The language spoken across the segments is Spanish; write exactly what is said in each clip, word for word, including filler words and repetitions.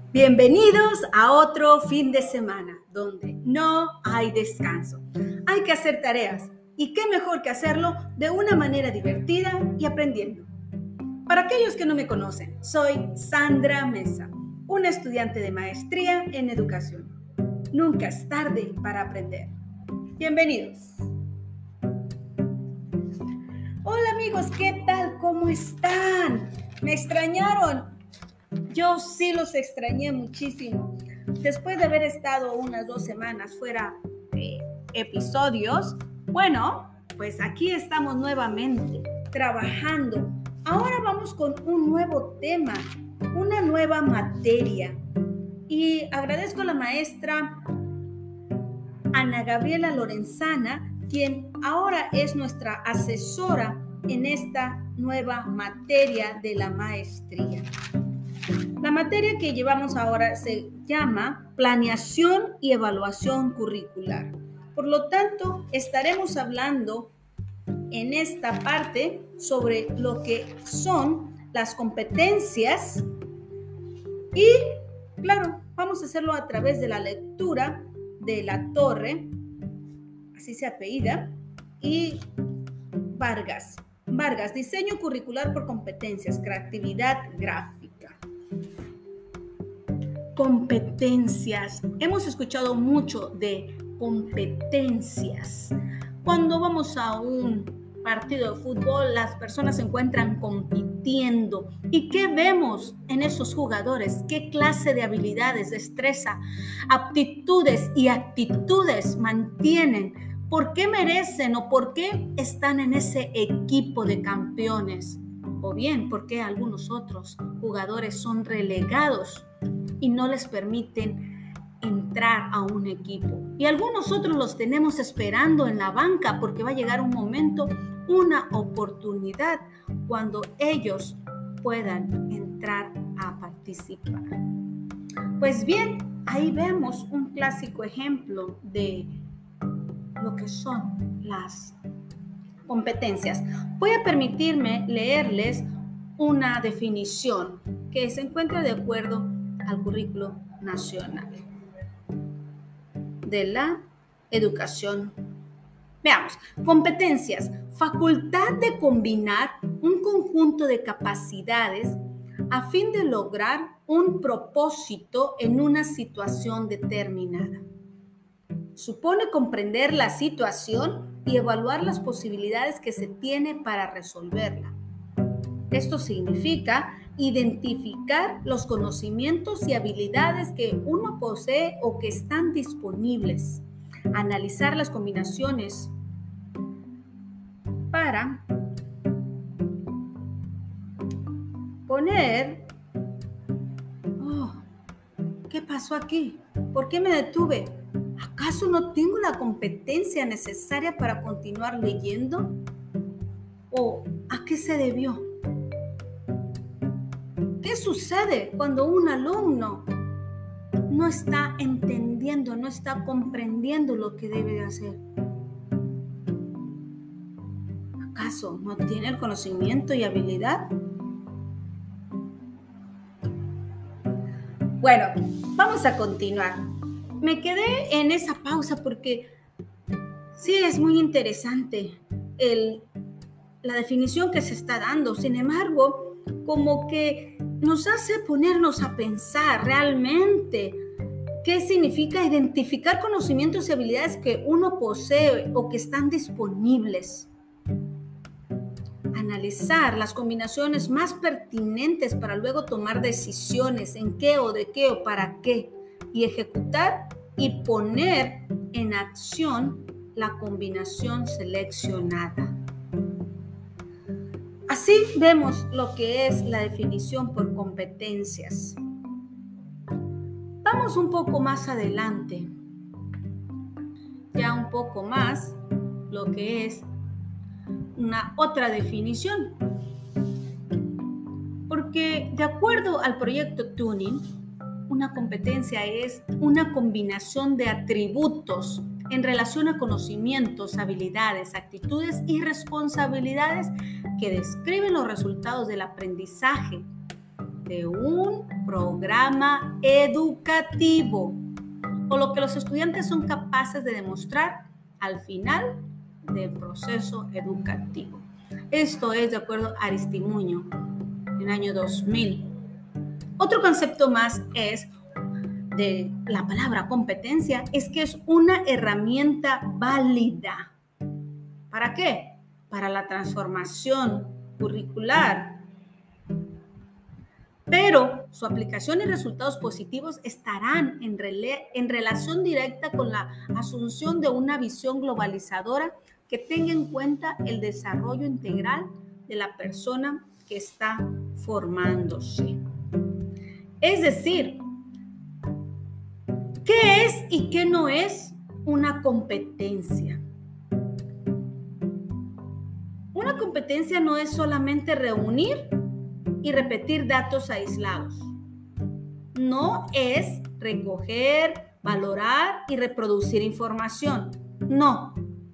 Bienvenidos a otro fin de semana donde no hay descanso. Hay que hacer tareas y qué mejor que hacerlo de una manera divertida y aprendiendo. Para aquellos que no me conocen, soy Sandra Mesa, una estudiante de maestría en educación. Nunca es tarde para aprender. Bienvenidos. Hola amigos, ¿qué tal? ¿Cómo están? ¿Me extrañaron? Yo sí los extrañé muchísimo. Después de haber estado unas dos semanas fuera de episodios, bueno, pues aquí estamos nuevamente trabajando. Ahora vamos con un nuevo tema, una nueva materia. Y agradezco a la maestra Ana Gabriela Lorenzana, quien ahora es nuestra asesora en esta nueva materia de la maestría. La materia que llevamos ahora se llama Planeación y Evaluación Curricular. Por lo tanto, estaremos hablando en esta parte sobre lo que son las competencias y, claro, vamos a hacerlo a través de la lectura de La Torre, así se apellida, y Vargas. Vargas, Diseño Curricular por Competencias, Creatividad Gráfica. Competencias. Hemos escuchado mucho de competencias. Cuando vamos a un partido de fútbol, las personas se encuentran compitiendo. ¿Y qué vemos en esos jugadores? ¿Qué clase de habilidades, destreza, aptitudes y actitudes mantienen? ¿Por qué merecen o por qué están en ese equipo de campeones? O bien, ¿por qué algunos otros jugadores son relegados y no les permiten entrar a un equipo? Y algunos otros los tenemos esperando en la banca porque va a llegar un momento, una oportunidad cuando ellos puedan entrar a participar. Pues bien, ahí vemos un clásico ejemplo de lo que son las competencias. Voy a permitirme leerles una definición que se encuentra de acuerdo al currículo nacional de la educación. Veamos, competencias, facultad de combinar un conjunto de capacidades a fin de lograr un propósito en una situación determinada. Supone comprender la situación y evaluar las posibilidades que se tiene para resolverla. Esto significa identificar los conocimientos y habilidades que uno posee o que están disponibles, analizar las combinaciones para poner, oh, ¿qué pasó aquí? ¿Por qué me detuve? ¿Acaso no tengo la competencia necesaria para continuar leyendo? ¿O a qué se debió? ¿Qué sucede cuando un alumno no está entendiendo, no está comprendiendo lo que debe de hacer? ¿Acaso no tiene el conocimiento y habilidad? Bueno, vamos a continuar. Me quedé en esa pausa porque sí es muy interesante el, la definición que se está dando. Sin embargo, como que nos hace ponernos a pensar realmente qué significa identificar conocimientos y habilidades que uno posee o que están disponibles. Analizar las combinaciones más pertinentes para luego tomar decisiones en qué o de qué o para qué y ejecutar y poner en acción la combinación seleccionada. Así vemos lo que es la definición por competencias. Vamos un poco más adelante, ya un poco más lo que es una otra definición. Porque de acuerdo al proyecto Tuning, una competencia es una combinación de atributos en relación a conocimientos, habilidades, actitudes y responsabilidades que describen los resultados del aprendizaje de un programa educativo o lo que los estudiantes son capaces de demostrar al final del proceso educativo. Esto es de acuerdo a Aristimuño en el año dos mil. Otro concepto más es de la palabra competencia, es que es una herramienta válida. ¿Para qué? Para la transformación curricular. Pero su aplicación y resultados positivos estarán en, rele- en relación directa con la asunción de una visión globalizadora que tenga en cuenta el desarrollo integral de la persona que está formándose. Es decir, ¿qué es y qué no es una competencia? Una competencia no es solamente reunir y repetir datos aislados. No es recoger, valorar y reproducir información. No.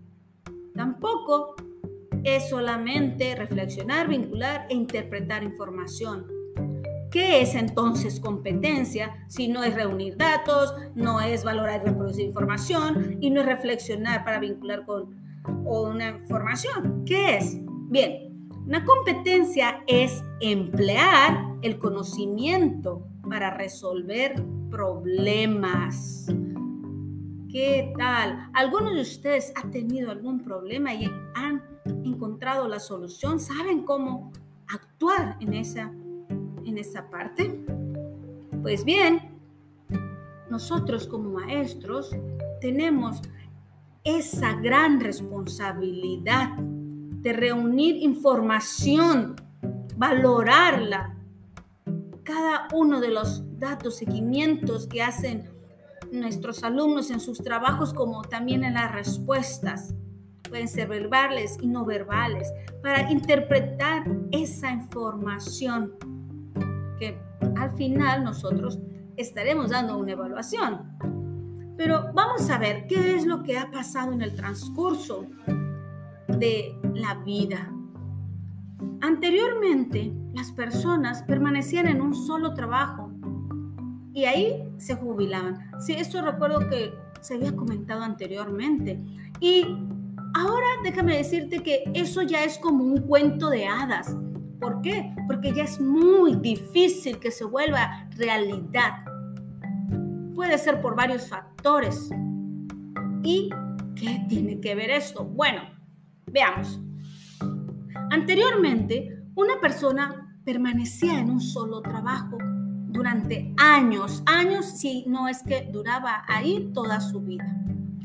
Tampoco es solamente reflexionar, vincular e interpretar información. ¿Qué es entonces competencia si no es reunir datos, no es valorar y reproducir información y no es reflexionar para vincular con una información? ¿Qué es? Bien, una competencia es emplear el conocimiento para resolver problemas. ¿Qué tal? ¿Alguno de ustedes ha tenido algún problema y han encontrado la solución? ¿Saben cómo actuar en esa, en esa parte? Pues bien, nosotros como maestros tenemos esa gran responsabilidad de reunir información, valorarla, cada uno de los datos, seguimientos que hacen nuestros alumnos en sus trabajos, como también en las respuestas, pueden ser verbales y no verbales, para interpretar esa información que al final nosotros estaremos dando una evaluación. Pero vamos a ver qué es lo que ha pasado en el transcurso de la vida. Anteriormente, las personas permanecían en un solo trabajo y ahí se jubilaban. Sí, esto recuerdo que se había comentado anteriormente. Y ahora déjame decirte que eso ya es como un cuento de hadas. ¿Por qué? Porque ya es muy difícil que se vuelva realidad. Puede ser por varios factores. ¿Y qué tiene que ver esto? Bueno, veamos. Anteriormente, una persona permanecía en un solo trabajo durante años, años, si no es que duraba ahí toda su vida.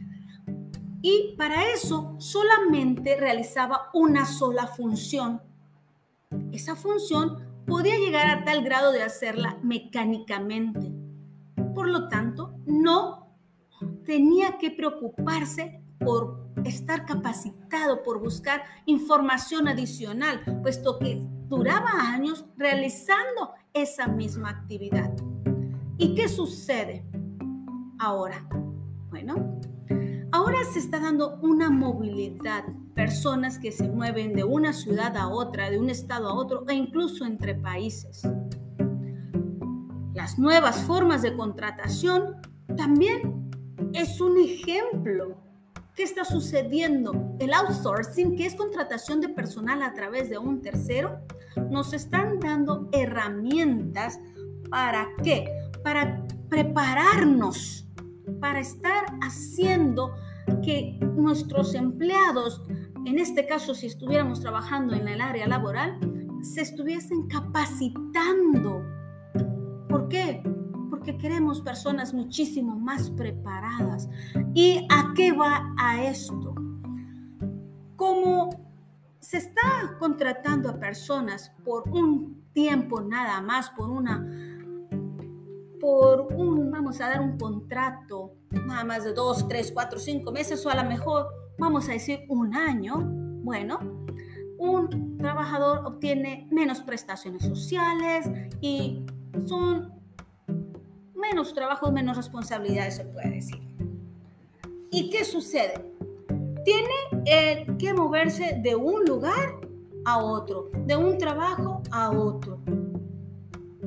Y para eso solamente realizaba una sola función. Esa función podía llegar a tal grado de hacerla mecánicamente. Por lo tanto, no tenía que preocuparse por estar capacitado, por buscar información adicional, puesto que duraba años realizando esa misma actividad. ¿Y qué sucede ahora? Bueno, ahora se está dando una movilidad, personas que se mueven de una ciudad a otra, de un estado a otro, e incluso entre países. Las nuevas formas de contratación también es un ejemplo. ¿Qué está sucediendo? El outsourcing, que es contratación de personal a través de un tercero, nos están dando herramientas. ¿Para qué? Para prepararnos, para estar haciendo que nuestros empleados, en este caso si estuviéramos trabajando en el área laboral, se estuviesen capacitando. ¿Por qué? Porque queremos personas muchísimo más preparadas. ¿Y a qué va a esto? Como se está contratando a personas por un tiempo nada más, por una, por un, vamos a dar un contrato nada más de dos, tres, cuatro, cinco meses, o a lo mejor vamos a decir un año, bueno, un trabajador obtiene menos prestaciones sociales y son menos trabajo, menos responsabilidades, se puede decir. ¿Y qué sucede? Tiene eh, que moverse de un lugar a otro, de un trabajo a otro.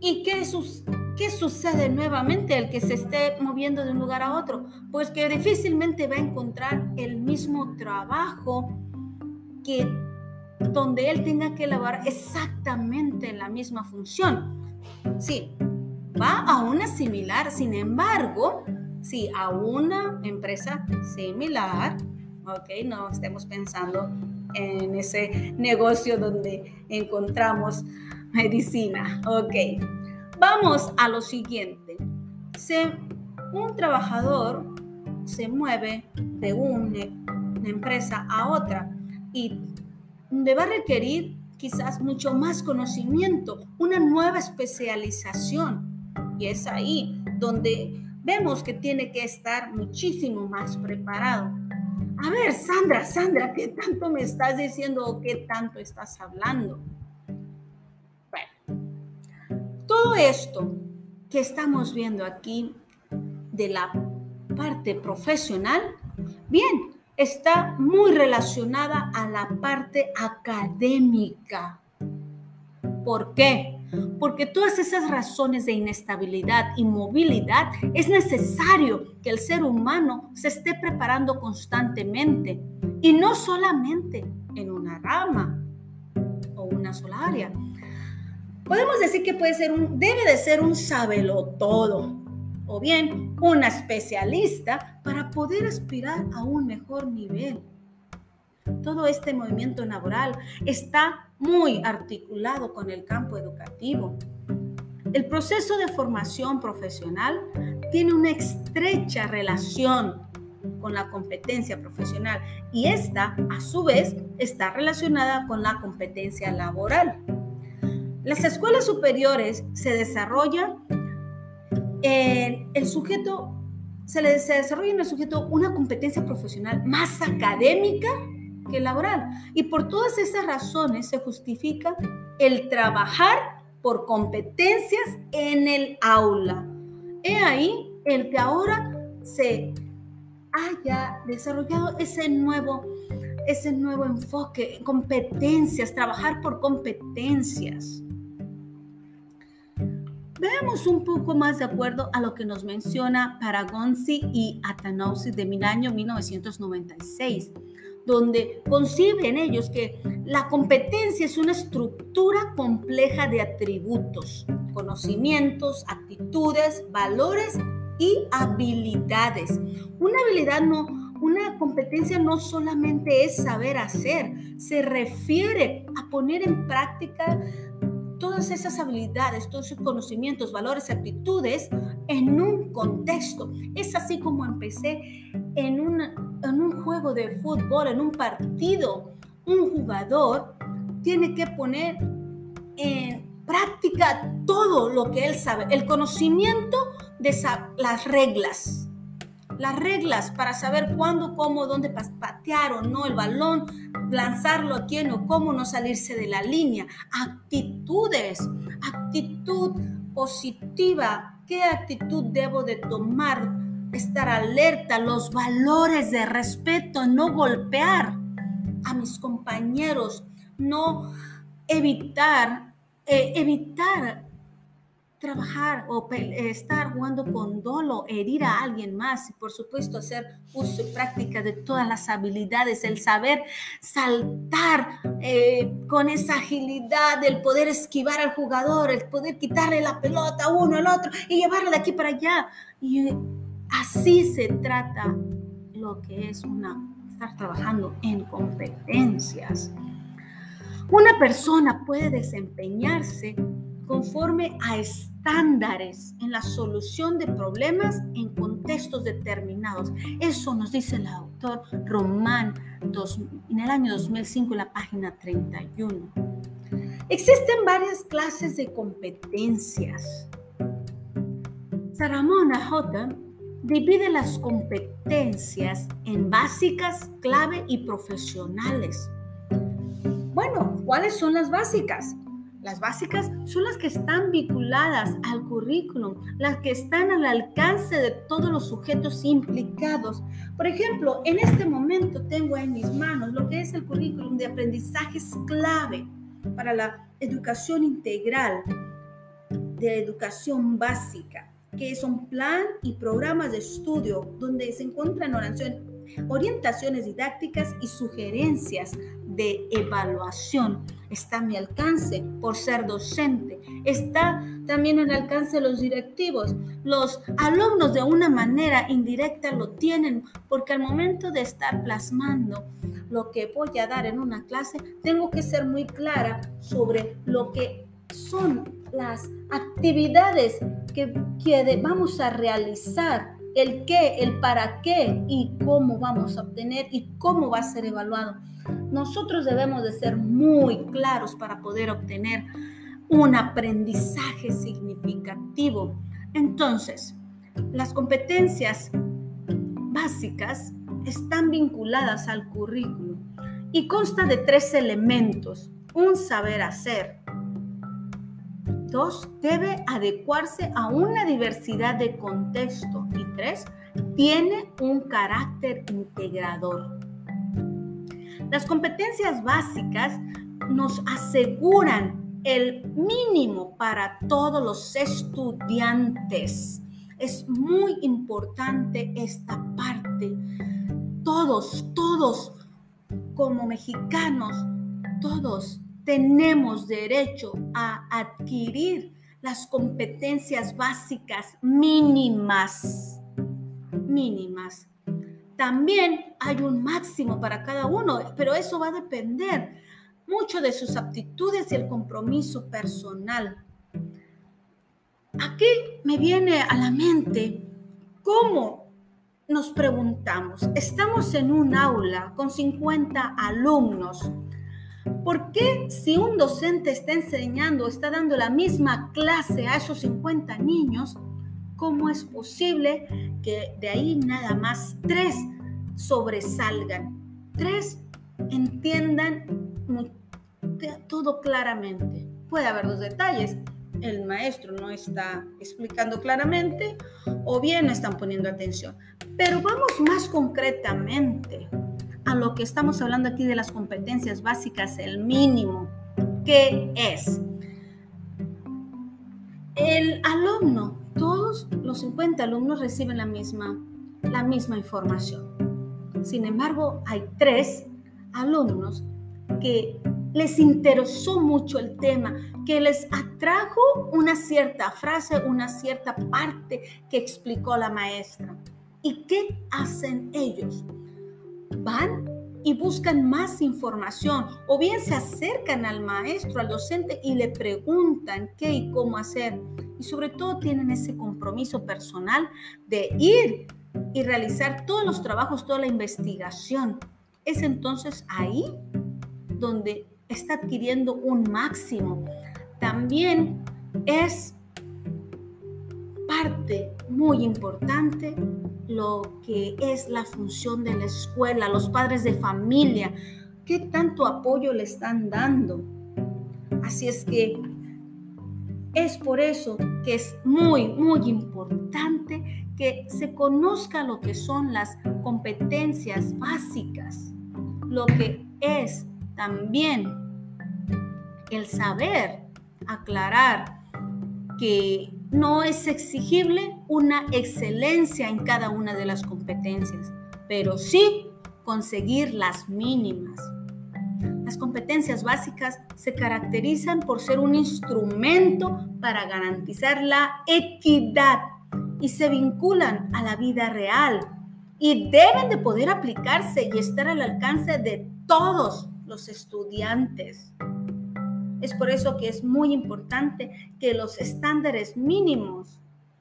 ¿Y qué, sus, qué sucede nuevamente el que se esté moviendo de un lugar a otro? Pues que difícilmente va a encontrar el mismo trabajo que donde él tenga que elaborar exactamente la misma función. Sí, va a una similar, sin embargo, sí, a una empresa similar, ok, no estemos pensando en ese negocio donde encontramos medicina, ok. Vamos a lo siguiente. Se, un trabajador se mueve de una, una empresa a otra y le va a requerir quizás mucho más conocimiento, una nueva especialización. Y es ahí donde vemos que tiene que estar muchísimo más preparado. A ver, Sandra, Sandra, ¿qué tanto me estás diciendo o qué tanto estás hablando? Bueno, todo esto que estamos viendo aquí de la parte profesional, bien, está muy relacionada a la parte académica. ¿Por qué? Porque todas esas razones de inestabilidad y movilidad es necesario que el ser humano se esté preparando constantemente y no solamente en una rama o una sola área. Podemos decir que puede ser un, debe de ser un sabelotodo o bien una especialista para poder aspirar a un mejor nivel. Todo este movimiento laboral está muy articulado con el campo educativo. El proceso de formación profesional tiene una estrecha relación con la competencia profesional y esta, a su vez, está relacionada con la competencia laboral. Las escuelas superiores se desarrollan en el sujeto, se le se desarrolla en el sujeto una competencia profesional más académica que laboral. Y por todas esas razones se justifica el trabajar por competencias en el aula. He ahí el que ahora se haya desarrollado ese nuevo, ese nuevo enfoque, competencias, trabajar por competencias. Veamos un poco más de acuerdo a lo que nos menciona Paragonzi y Atanasio del año mil novecientos noventa y seis, donde conciben ellos que la competencia es una estructura compleja de atributos, conocimientos, actitudes, valores y habilidades. Una habilidad no, una competencia no solamente es saber hacer, se refiere a poner en práctica todas esas habilidades, todos esos conocimientos, valores, actitudes en un contexto. Es así como empecé en, una, en un juego de fútbol, en un partido. Un jugador tiene que poner en práctica todo lo que él sabe, el conocimiento de esa, las reglas. Las reglas para saber cuándo, cómo, dónde patear o no el balón, lanzarlo a quién o cómo, no salirse de la línea. Actitudes, actitud positiva. ¿Qué actitud debo de tomar? Estar alerta, los valores de respeto, no golpear a mis compañeros, no evitar, eh, evitar trabajar o estar jugando con dolo, herir a alguien más y por supuesto hacer uso y práctica de todas las habilidades, el saber saltar eh, con esa agilidad, el poder esquivar al jugador, el poder quitarle la pelota a uno al otro y llevarla de aquí para allá. Y así se trata lo que es una, estar trabajando en competencias. Una persona puede desempeñarse conforme a estándares en la solución de problemas en contextos determinados. Eso nos dice el autor Román dos, en el año dos mil cinco, en la página treinta y uno. Existen varias clases de competencias. Saramona J. divide las competencias en básicas, clave y profesionales. Bueno, ¿cuáles son las básicas? Las básicas son las que están vinculadas al currículum, las que están al alcance de todos los sujetos implicados. Por ejemplo, en este momento tengo en mis manos lo que es el currículum de aprendizajes clave para la educación integral. de educación básica, que son plan y programas de estudio donde se encuentran orientaciones didácticas y sugerencias de evaluación. Está a mi alcance por ser docente. Está también al alcance de los directivos. Los alumnos de una manera indirecta lo tienen porque al momento de estar plasmando lo que voy a dar en una clase, tengo que ser muy clara sobre lo que son las actividades que, que vamos a realizar, el qué, el para qué y cómo vamos a obtener y cómo va a ser evaluado. Nosotros debemos de ser muy claros para poder obtener un aprendizaje significativo. Entonces, las competencias básicas están vinculadas al currículo y consta de tres elementos. Un, saber hacer. Dos, debe adecuarse a una diversidad de contexto. Y tres, tiene un carácter integrador. Las competencias básicas nos aseguran el mínimo para todos los estudiantes. Es muy importante esta parte. Todos, todos, como mexicanos, todos tenemos derecho a adquirir las competencias básicas mínimas, mínimas. También hay un máximo para cada uno, pero eso va a depender mucho de sus aptitudes y el compromiso personal. Aquí me viene a la mente cómo nos preguntamos, estamos en un aula con cincuenta alumnos. ¿Por qué si un docente está enseñando, está dando la misma clase a esos cincuenta niños, cómo es posible que de ahí nada más tres sobresalgan, tres entiendan todo claramente? Puede haber dos detalles. El maestro no está explicando claramente o bien no están poniendo atención. Pero vamos más concretamente a lo que estamos hablando aquí de las competencias básicas, el mínimo. ¿Qué es? El alumno, todos los cincuenta alumnos reciben la misma, la misma información. Sin embargo, hay tres alumnos que les interesó mucho el tema, que les atrajo una cierta frase, una cierta parte que explicó la maestra. ¿Y qué hacen ellos? Van y buscan más información o bien se acercan al maestro, al docente y le preguntan qué y cómo hacer. Y sobre todo tienen ese compromiso personal de ir y realizar todos los trabajos, toda la investigación. Es entonces ahí donde está adquiriendo un máximo. También es parte muy importante lo que es la función de la escuela, los padres de familia, qué tanto apoyo le están dando. Así es que es por eso que es muy, muy importante que se conozca lo que son las competencias básicas, lo que es también el saber aclarar que no es exigible una excelencia en cada una de las competencias, pero sí conseguir las mínimas. Las competencias básicas se caracterizan por ser un instrumento para garantizar la equidad y se vinculan a la vida real y deben de poder aplicarse y estar al alcance de todos los estudiantes. Es por eso que es muy importante que los estándares mínimos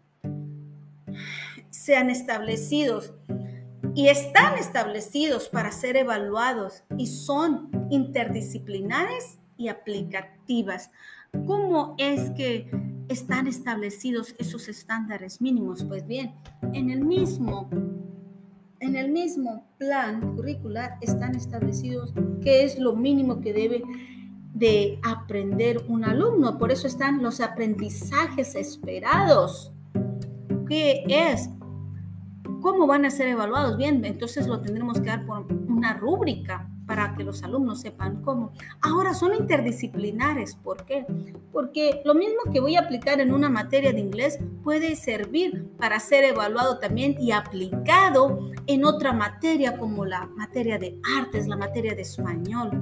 sean establecidos y están establecidos para ser evaluados y son interdisciplinares y aplicativas. ¿Cómo es que están establecidos esos estándares mínimos? Pues bien, en el mismo, en el mismo plan curricular están establecidos qué es lo mínimo que debe de aprender un alumno. Por eso están los aprendizajes esperados. ¿Qué es? ¿Cómo van a ser evaluados? Bien, entonces lo tendremos que dar por una rúbrica para que los alumnos sepan cómo. Ahora son interdisciplinares. ¿Por qué? Porque lo mismo que voy a aplicar en una materia de inglés puede servir para ser evaluado también y aplicado en otra materia como la materia de artes, la materia de español.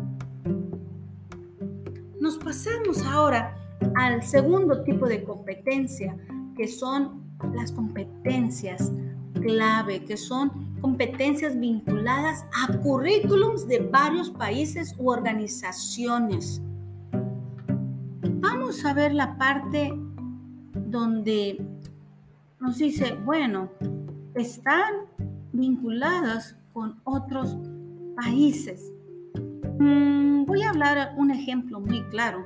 Nos pasamos ahora al segundo tipo de competencia, que son las competencias clave, que son competencias vinculadas a currículums de varios países u organizaciones. Vamos a ver la parte donde nos dice, bueno, están vinculadas con otros países. Mm, voy a hablar un ejemplo muy claro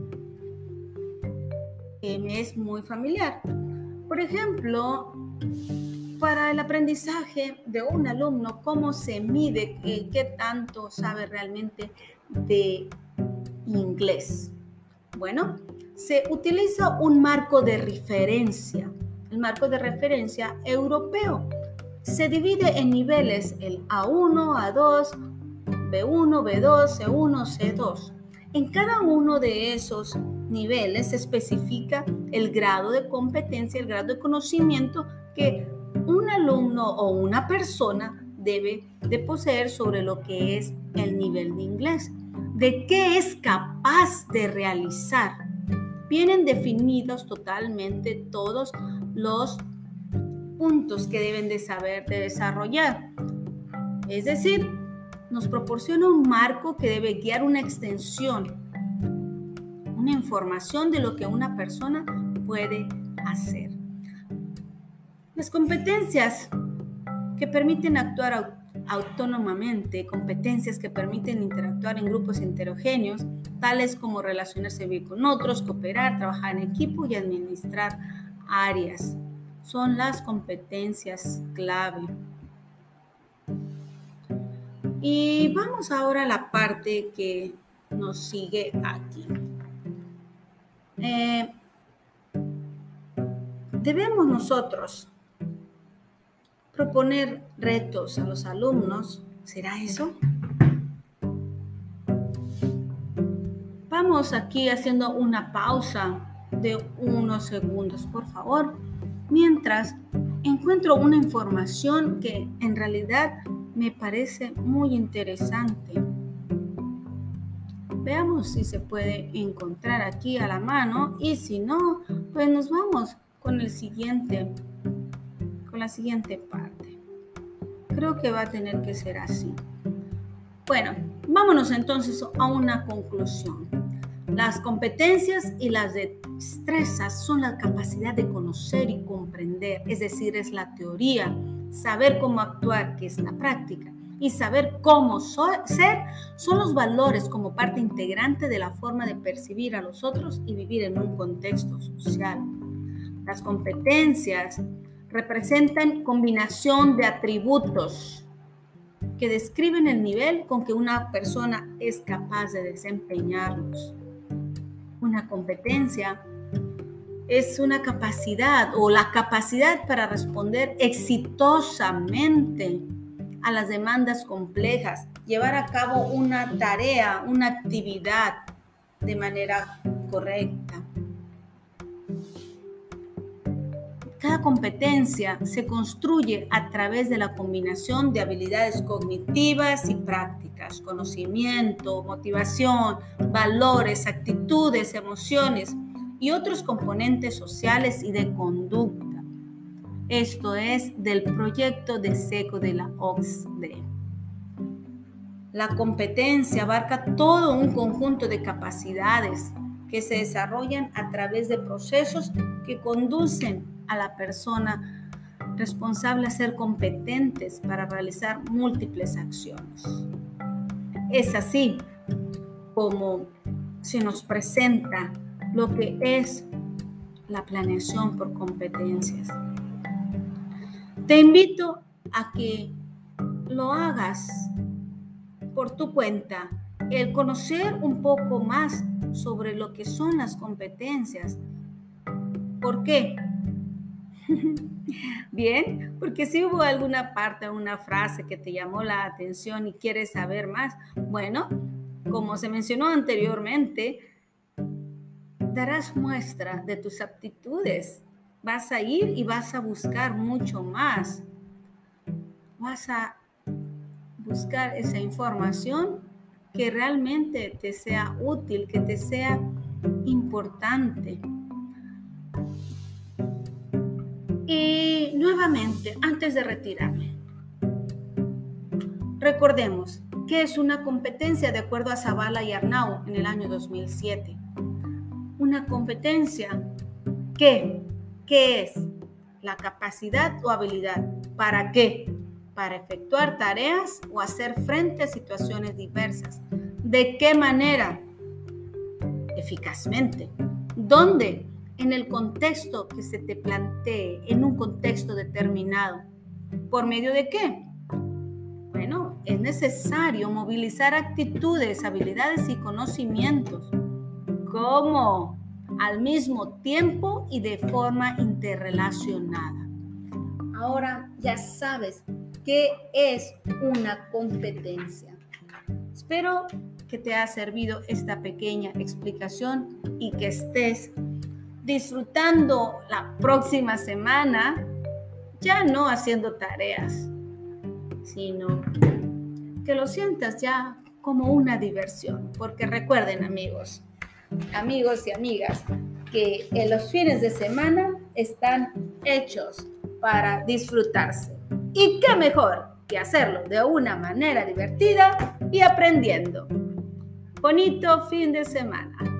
que me es muy familiar. Por ejemplo, para el aprendizaje de un alumno, ¿cómo se mide eh, qué tanto sabe realmente de inglés? Bueno, se utiliza un marco de referencia, el marco de referencia europeo. Se divide en niveles, el A uno, A dos, B uno, B dos, C uno, C dos. En cada uno de esos niveles se especifica el grado de competencia, el grado de conocimiento que un alumno o una persona debe de poseer sobre lo que es el nivel de inglés. ¿De qué es capaz de realizar? Vienen definidos totalmente todos los puntos que deben de saber de desarrollar. Es decir, nos proporciona un marco que debe guiar una extensión, una información de lo que una persona puede hacer. Las competencias que permiten actuar autónomamente, competencias que permiten interactuar en grupos heterogéneos, tales como relacionarse bien con otros, cooperar, trabajar en equipo y administrar áreas. Son las competencias clave. Y vamos ahora a la parte que nos sigue aquí. Eh, debemos nosotros proponer retos a los alumnos. ¿Será eso? Vamos aquí haciendo una pausa de unos segundos, por favor, mientras encuentro una información que en realidad me parece muy interesante. Veamos si se puede encontrar aquí a la mano y si no, pues nos vamos con el siguiente, con la siguiente parte. Creo que va a tener que ser así. Bueno, vámonos entonces a una conclusión. Las competencias y las destrezas son la capacidad de conocer y comprender, es decir, es la teoría, saber cómo actuar, que es la práctica, y saber cómo so- ser son los valores como parte integrante de la forma de percibir a los otros y vivir en un contexto social. Las competencias representan combinación de atributos que describen el nivel con que una persona es capaz de desempeñarlos. Una competencia es una capacidad o la capacidad para responder exitosamente a las demandas complejas, llevar a cabo una tarea, una actividad de manera correcta. Cada competencia se construye a través de la combinación de habilidades cognitivas y prácticas, conocimiento, motivación, valores, actitudes, emociones y otros componentes sociales y de conducta. Esto es del proyecto de SECO de la O C D E. La competencia abarca todo un conjunto de capacidades que se desarrollan a través de procesos que conducen a la persona responsable a ser competentes para realizar múltiples acciones. Es así como se nos presenta lo que es la planeación por competencias. Te invito a que lo hagas por tu cuenta, el conocer un poco más sobre lo que son las competencias. ¿Por qué? Bien, porque si hubo alguna parte, una frase que te llamó la atención y quieres saber más, bueno, como se mencionó anteriormente, darás muestra de tus aptitudes. Vas a ir y vas a buscar mucho más. Vas a buscar esa información que realmente te sea útil, que te sea importante. Y nuevamente, antes de retirarme, recordemos que es una competencia de acuerdo a Zavala y Arnau en el año dos mil siete. Una competencia que, ¿qué es? La capacidad o habilidad. ¿Para qué? Para efectuar tareas o hacer frente a situaciones diversas. ¿De qué manera? Eficazmente. ¿Dónde? En el contexto que se te plantee, en un contexto determinado. ¿Por medio de qué? Bueno, es necesario movilizar actitudes, habilidades y conocimientos. ¿Cómo? Al mismo tiempo y de forma interrelacionada. Ahora ya sabes qué es una competencia. Espero que te haya servido esta pequeña explicación y que estés disfrutando la próxima semana, ya no haciendo tareas, sino que lo sientas ya como una diversión. Porque recuerden, amigos, amigos y amigas, que en los fines de semana están hechos para disfrutarse. ¿Y qué mejor que hacerlo de una manera divertida y aprendiendo? Bonito fin de semana.